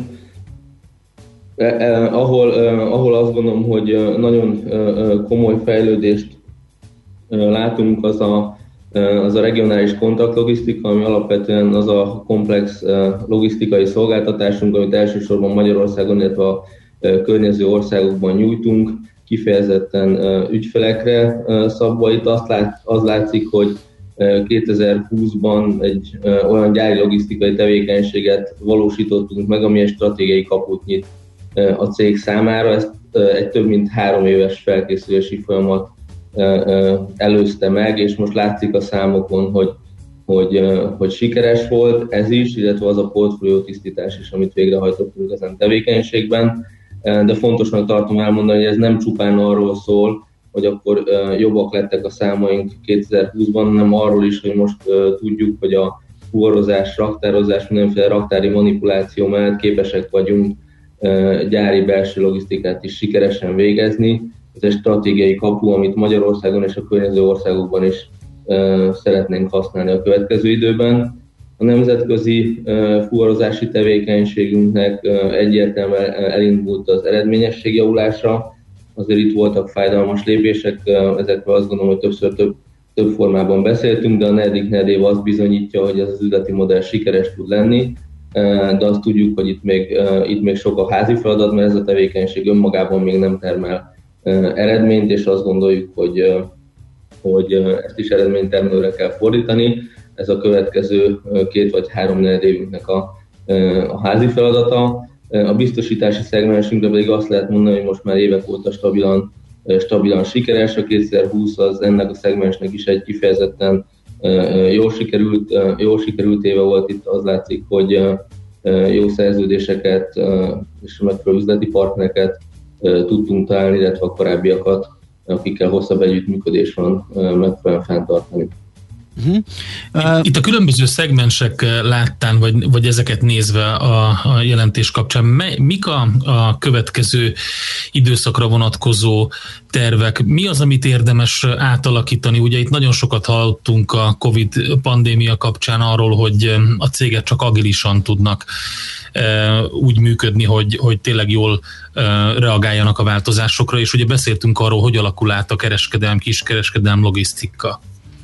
Ahol azt gondolom, hogy nagyon komoly fejlődést látunk, az a regionális kontaktlogisztika, ami alapvetően az a komplex logisztikai szolgáltatásunk, amit elsősorban Magyarországon, illetve a környező országokban nyújtunk, kifejezetten ügyfelekre szabva. Itt az látszik, hogy 2020-ban egy olyan gyári logisztikai tevékenységet valósítottunk meg, ami egy stratégiai kaput nyit a cég számára. Ezt egy több mint 3 éves felkészülési folyamat előzte meg, és most látszik a számokon, hogy sikeres volt ez is, illetve az a portfólió tisztítás is, amit végrehajtottunk ezen tevékenységben. De fontosnak tartom elmondani, hogy ez nem csupán arról szól, hogy akkor jobbak lettek a számaink 2020-ban, hanem arról is, hogy most tudjuk, hogy a fuvarozás, raktározás, mindenféle raktári manipuláció mellett képesek vagyunk gyári belső logisztikát is sikeresen végezni. Ez egy stratégiai kapu, amit Magyarországon és a környező országokban is szeretnénk használni a következő időben. A nemzetközi fuvarozási tevékenységünknek egyértelműen elindult az eredményességjavulása. Azért itt voltak fájdalmas lépések, ezekről azt gondolom, hogy többször több formában beszéltünk, de a negyedik negyedév azt bizonyítja, hogy ez az üzleti modell sikeres tud lenni, de azt tudjuk, hogy itt még sok a házi feladat, mert ez a tevékenység önmagában még nem termel eredményt, és azt gondoljuk, hogy ezt is eredménytermelőre kell fordítani. Ez a következő 2 vagy 3 negyedévünknek a házi feladata. A biztosítási szegmensünkre pedig azt lehet mondani, hogy most már évek óta stabilan sikeres. A 2020 az ennek a szegmensnek is egy kifejezetten jól sikerült éve volt. Itt az látszik, hogy jó szerződéseket és megfelelő üzleti partnereket tudtunk találni, illetve a korábbiakat, akikkel hosszabb együttműködés van megfelelően fenntartani. Itt a különböző szegmensek láttán, vagy ezeket nézve a jelentés kapcsán, mik a következő időszakra vonatkozó tervek? Mi az, amit érdemes átalakítani? Ugye itt nagyon sokat hallottunk a Covid pandémia kapcsán arról, hogy a cégek csak agilisan tudnak úgy működni, hogy tényleg jól reagáljanak a változásokra, és ugye beszéltünk arról, hogy alakul át a kereskedelem, kiskereskedelem, logisztika.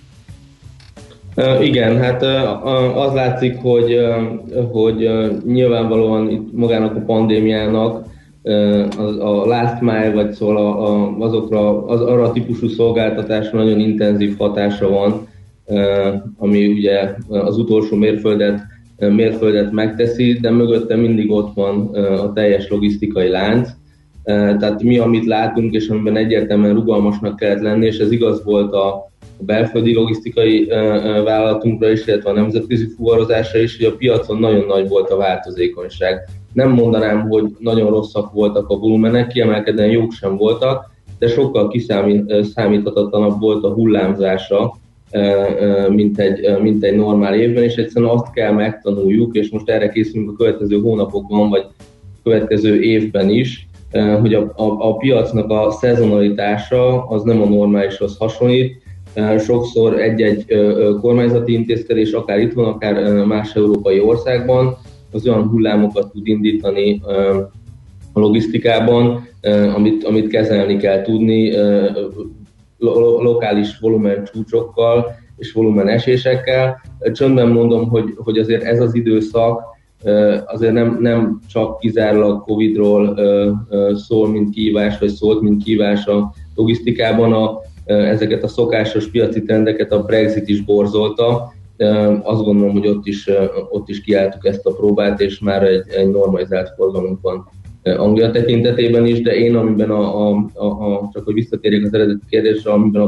Igen, hát az látszik, hogy nyilvánvalóan itt magának a pandémiának a last mile, vagy szóval arra a típusú szolgáltatásra nagyon intenzív hatása van, ami ugye az utolsó mérföldet megteszi, de mögötte mindig ott van a teljes logisztikai lánc. Tehát mi, amit látunk, és amiben egyértelműen rugalmasnak kellett lenni, és ez igaz volt a belföldi logisztikai vállalatunkra is, illetve a nemzetközi fuvarozásra is, hogy a piacon nagyon nagy volt a változékonyság. Nem mondanám, hogy nagyon rosszak voltak a volumenek, kiemelkedően jók sem voltak, de sokkal kiszámíthatatlanabb volt a hullámzása, mint egy normál évben, és egyszerűen azt kell megtanuljuk, és most erre készülünk a következő hónapokban, vagy következő évben is, hogy a piacnak a szezonalitása az nem a normálishoz hasonlít. Sokszor egy-egy kormányzati intézkedés, akár itt van, akár más európai országban, az olyan hullámokat tud indítani a logisztikában, amit kezelni kell tudni lokális volumen csúcsokkal és volumen esésekkel. Csöndben mondom, hogy azért ez az időszak azért nem csak kizárólag Covid-ról szól, mint kihívás, vagy szólt, mint kihívás a logisztikában. Ezeket a szokásos piaci trendeket a Brexit is borzolta. Azt gondolom, hogy ott is kiálltuk ezt a próbát, és már egy normalizált forgalmunk van Anglia tekintetében is, de én amiben csak hogy visszatérjek az eredeti kérdésre, amiben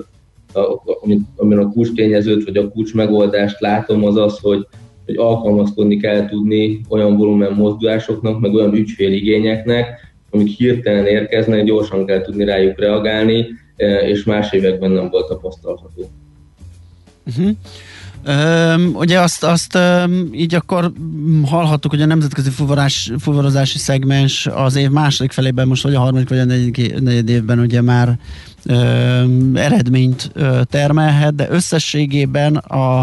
a kulcstényezőt vagy a kulcs megoldást látom, az az, hogy alkalmazkodni kell tudni olyan volumen mozdulásoknak, meg olyan ügyféligényeknek, amik hirtelen érkeznek, gyorsan kell tudni rájuk reagálni, és más években nem volt tapasztalható. Ugye azt így akkor hallhattuk, hogy a nemzetközi fuvarozási szegmens az év második felében, most vagy a harmadik vagy a negyed évben ugye már eredményt termelhet, de összességében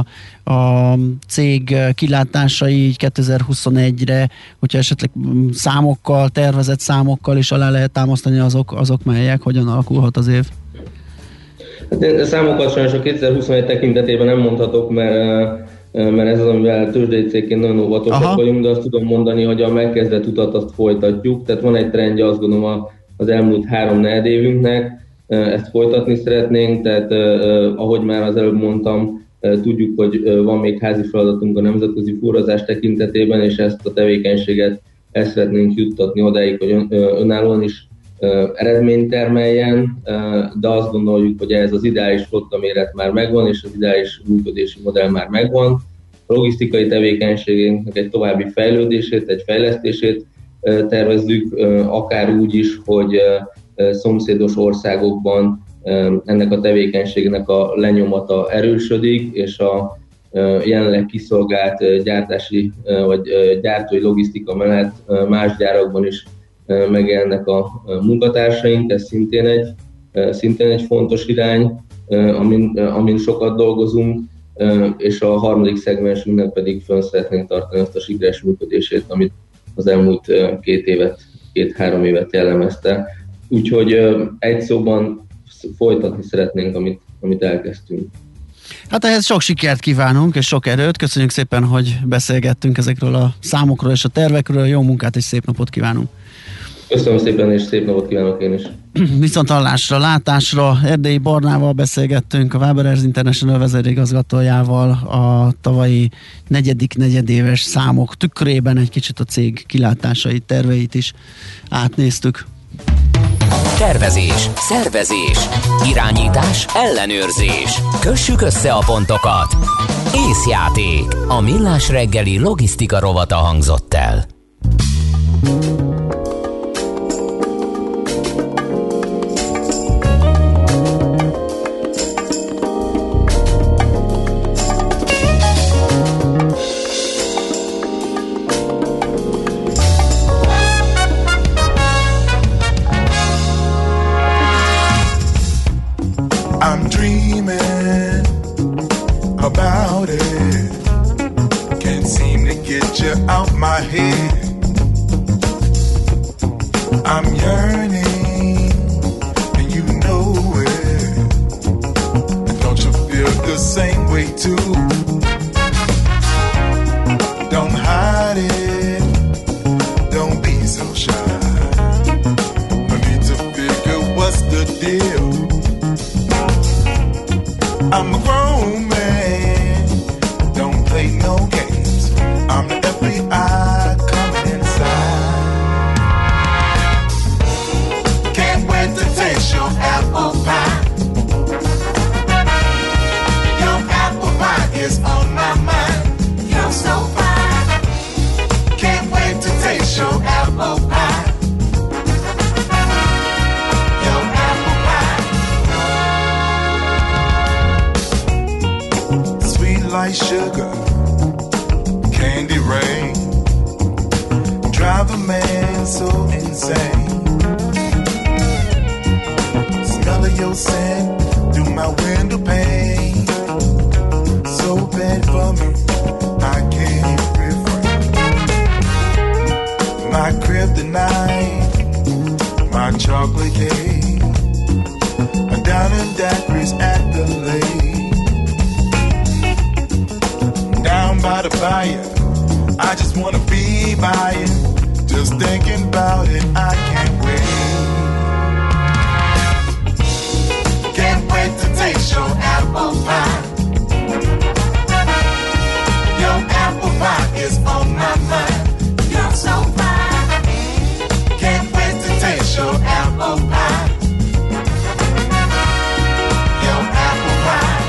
a cég kilátásai így 2021-re, hogyha esetleg tervezett számokkal is alá lehet támasztani, azok melyek, hogyan alakulhat az év? Hát számokat sajnos a 2021 tekintetében nem mondhatok, mert ez az, amivel tőzsdei cégként nagyon óvatosak vagyunk, de azt tudom mondani, hogy a megkezdett utat azt folytatjuk, tehát van egy trendje, azt gondolom az elmúlt 3-4 évünknek, ezt folytatni szeretnénk, tehát ahogy már az előbb mondtam, tudjuk, hogy van még házi feladatunk a nemzetközi fuvarozás tekintetében, és ezt a tevékenységet szeretnénk juttatni odáig, hogy önállóan is eredményt termeljen, de azt gondoljuk, hogy ez az ideális flotta méret már megvan, és az ideális működési modell már megvan. A logisztikai tevékenységünknek egy további fejlődését, egy fejlesztését tervezzük, akár úgy is, hogy szomszédos országokban ennek a tevékenységnek a lenyomata erősödik, és a jelenleg kiszolgált gyártási vagy gyártói logisztika mellett más gyárakban is megjelennek a munkatársaink, ez szintén egy fontos irány, amin sokat dolgozunk, és a harmadik szegmensünknek pedig fönn szeretnénk tartani azt a sikeres működését, amit az elmúlt 2-3 évet jellemezte. Úgyhogy egy szóban folytatni szeretnénk, amit elkezdtünk. Hát ehhez sok sikert kívánunk, és sok erőt. Köszönjük szépen, hogy beszélgettünk ezekről a számokról és a tervekről. Jó munkát és szép napot kívánunk! Köszönöm szépen, és szép napot kívánok én is! Viszonthallásra, látásra Erdélyi Barnával beszélgettünk, a Waberers International vezérigazgatójával a tavalyi negyedéves számok tükrében egy kicsit a cég kilátásait, terveit is átnéztük. Tervezés, szervezés, irányítás, ellenőrzés. Kössük össze a pontokat. Észjáték. A Millás reggeli logisztika rovata hangzott el. another man so insane. Smell of your scent through my window pane. So bad for me, I can't refrain. My kryptonite, my chocolate cake, down in Daiquiris at the lake. Down by the fire, I just wanna be by it. Just thinking about it, I can't wait. Can't wait to taste your apple pie. Your apple pie is on my mind. You're so fine. Can't wait to taste your apple pie. Your apple pie.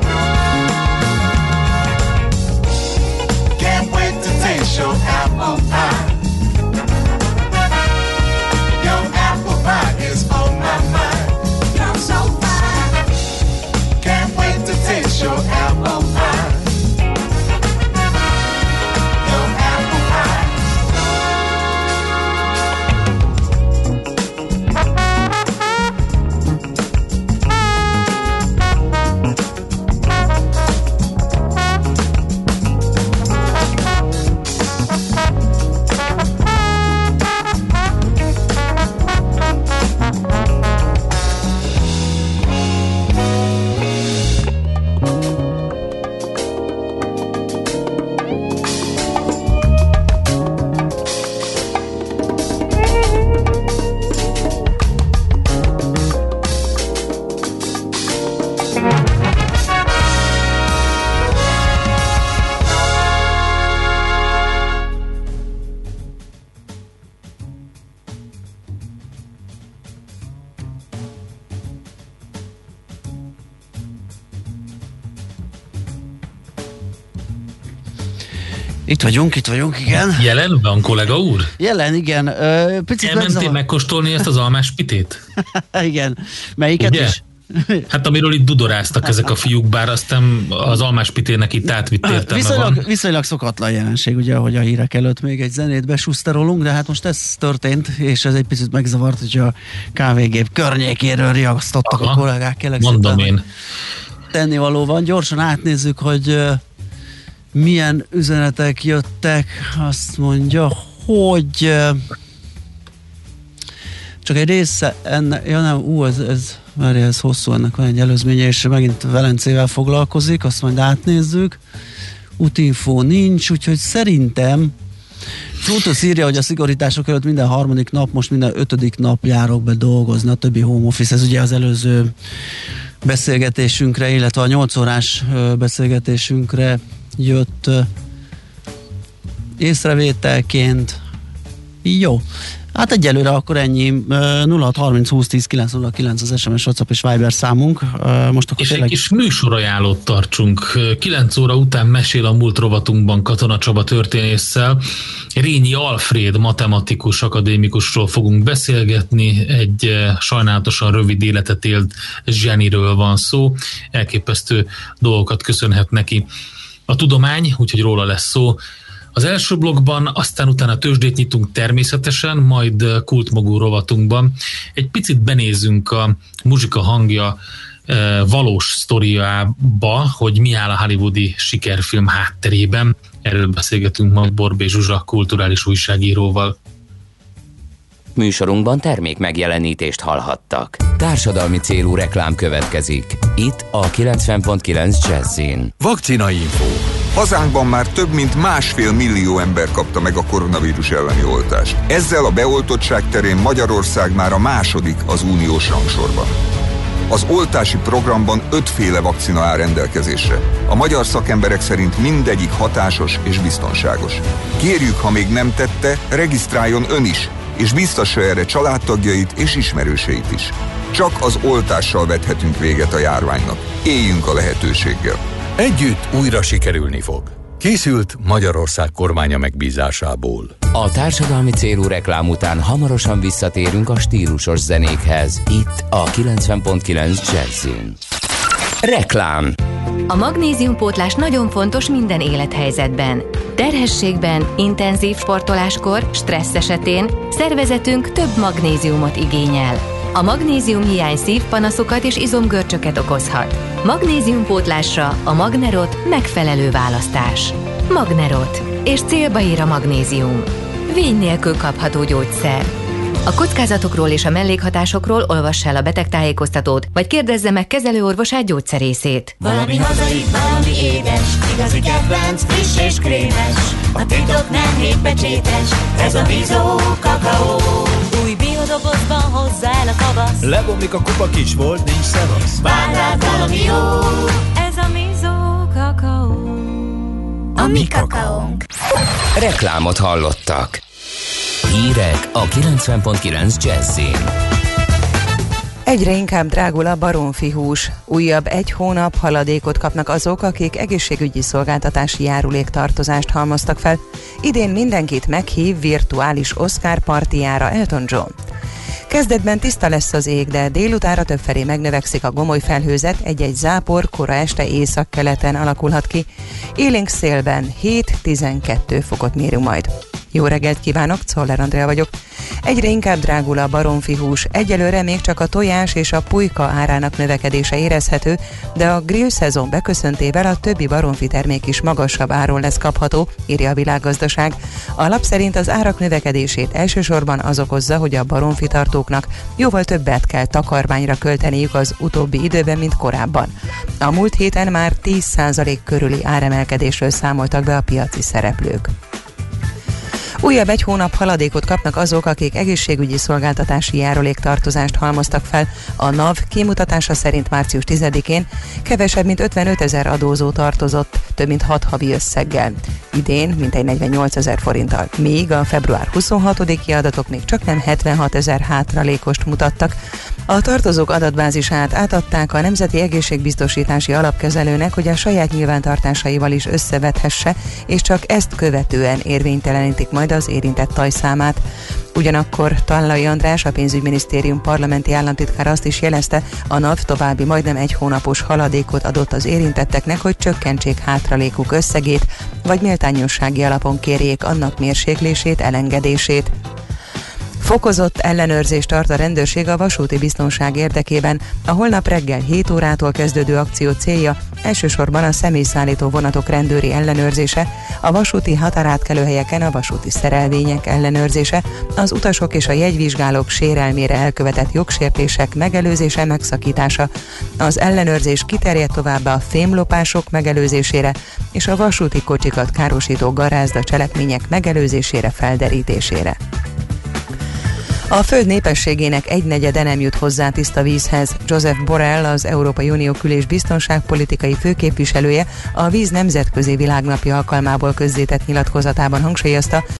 Can't wait to taste your apple pie. Your apple pie is on my mind. You're so fine. Can't wait to taste your apple pie. Your apple pie. Itt vagyunk, igen. Jelen van, kollega úr? Jelen, igen. Elmentél megkóstolni ezt az almás pitét? Igen. Melyiket ugye? Is? Hát amiről itt dudoráztak ezek a fiúk, bár aztán az almás pitének itt átvitt értelme van. Viszonylag szokatlan jelenség, ugye, ahogy a hírek előtt még egy zenét besuszterolunk, de hát most ez történt, és ez egy picit megzavart, hogy a kávégép környékéről riasztottak a kollégák. Mondom én. Tennivaló van, gyorsan átnézzük, hogy milyen üzenetek jöttek. Azt mondja, hogy csak egy része ennek, ja nem, ez hosszú, ennek van egy előzménye, és megint Velencével foglalkozik, azt majd átnézzük. Útinfó nincs, úgyhogy szerintem Plutus írja, hogy a szigorítások előtt minden harmadik nap, most minden 5. nap járok be dolgozni, a többi home office, ez ugye az előző beszélgetésünkre, illetve a 8 órás beszélgetésünkre jött észrevételként. Jó. Hát egyelőre akkor ennyi. 0630 20 10 909 az SMS, WhatsApp és Viber számunk. Most akkor és tényleg... egy kis műsorajánlót tartsunk. 9 óra után mesél a múlt rovatunkban Katona Csaba történésszel. Rényi Alfréd matematikus akadémikusról fogunk beszélgetni. Egy sajnálatosan rövid életet élt zseniről van szó. Elképesztő dolgokat köszönhet neki a tudomány, úgyhogy róla lesz szó az első blogban, aztán utána tőzsdét nyitunk természetesen, majd kultmogul rovatunkban. Egy picit benézzünk a muzsika hangja valós sztoriába, hogy mi áll a hollywoodi sikerfilm hátterében. Erről beszélgetünk ma Borbély Zsuzsa kulturális újságíróval. Műsorunkban termék megjelenítést hallhattak. Társadalmi célú reklám következik. Itt a 90.9 Jazzin. Vakcinainfo. Hazánkban már több mint 1,5 millió ember kapta meg a koronavírus elleni oltást. Ezzel a beoltottság terén Magyarország már a második az uniós rangsorban. Az oltási programban 5 féle vakcina áll rendelkezésre. A magyar szakemberek szerint mindegyik hatásos és biztonságos. Kérjük, ha még nem tette, regisztráljon ön is, és biztassa erre családtagjait és ismerőseit is. Csak az oltással vethetünk véget a járványnak. Éljünk a lehetőséggel. Együtt újra sikerülni fog. Készült Magyarország kormánya megbízásából. A társadalmi célú reklám után hamarosan visszatérünk a stílusos zenékhez. Itt a 90.9 Jazzin. Reklám. A magnéziumpótlás nagyon fontos minden élethelyzetben. Terhességben, intenzív sportoláskor, stressz esetén szervezetünk több magnéziumot igényel. A magnéziumhiány szívpanaszokat és izomgörcsöket okozhat. Magnéziumpótlásra a Magnerot megfelelő választás. Magnerot. És célba ér a magnézium. Vény nélkül kapható gyógyszer. A kockázatokról és a mellékhatásokról olvass el a betegtájékoztatót, vagy kérdezze meg kezelőorvosát, gyógyszerészét. Valami hazai, valami édes, igazi kedvenc, friss és krémes. A titok nem hétpecsétes, ez a Mizo kakaó. Új biodobozban hozza el a kavasz. Lebomlik a kupa, kis volt, nincs szevasz. Vár rád valami jó, ez a Mizo kakaó. A mi kakaónk. Reklámot hallottak. Hírek a 90.9 Jazzin. Egyre inkább drágul a baromfihús. Újabb 1 hónap haladékot kapnak azok, akik egészségügyi szolgáltatási járuléktartozást halmoztak fel. Idén mindenkit meghív virtuális Oscar partiára Elton John. Kezdetben tiszta lesz az ég, de délutára többfelé megnövekszik a gomoly felhőzet, egy-egy zápor kora este északkeleten alakulhat ki. Élénk szélben 7-12 fokot mérünk majd. Jó reggelt kívánok, Czoller Andrea vagyok. Egyre inkább drágul a baromfihús. Egyelőre még csak a tojás és a pulyka árának növekedése érezhető, de a grill szezon beköszöntével a többi baromfi termék is magasabb áron lesz kapható, írja a Világgazdaság. A lap szerint az árak növekedését elsősorban az okozza, hogy a baromfi tartóknak jóval többet kell takarmányra költeniük az utóbbi időben, mint korábban. A múlt héten már 10% körüli áremelkedésről számoltak be a piaci szereplők. Újabb 1 hónap haladékot kapnak azok, akik egészségügyi szolgáltatási járuléktartozást halmoztak fel. A NAV kimutatása szerint március 10-én kevesebb, mint 55 000 adózó tartozott, több mint 6 havi összeggel. Idén mintegy 48 000 forinttal, míg a február 26-i adatok még csak nem 76 000 hátralékost mutattak. A tartozók adatbázisát átadták a Nemzeti Egészségbiztosítási Alapkezelőnek, hogy a saját nyilvántartásaival is összevethesse, és csak ezt követően érvénytelenítik majd az érintett tajszámát. Ugyanakkor Tallai András, a pénzügyminisztérium parlamenti államtitkára azt is jelezte, a NAV további majdnem 1 hónapos haladékot adott az érintetteknek, hogy csökkentsék hátralékuk összegét, vagy méltányossági alapon kérjék annak mérséklését, elengedését. Fokozott ellenőrzést tart a rendőrség a vasúti biztonság érdekében. A holnap reggel 7 órától kezdődő akció célja elsősorban a személyszállító vonatok rendőri ellenőrzése, a vasúti határátkelőhelyeken a vasúti szerelvények ellenőrzése, az utasok és a jegyvizsgálók sérelmére elkövetett jogsértések megelőzése, megszakítása. Az ellenőrzés kiterjed továbbá a fémlopások megelőzésére és a vasúti kocsikat károsító garázda cselekmények megelőzésére, felderítésére. A föld népességének 1/4 nem jut hozzá tiszta vízhez. Joseph Borrell, az Európai Unió kül- és biztonságpolitikai főképviselője a víz nemzetközi világnapja alkalmából közzétett nyilatkozatában hangsúlyozta,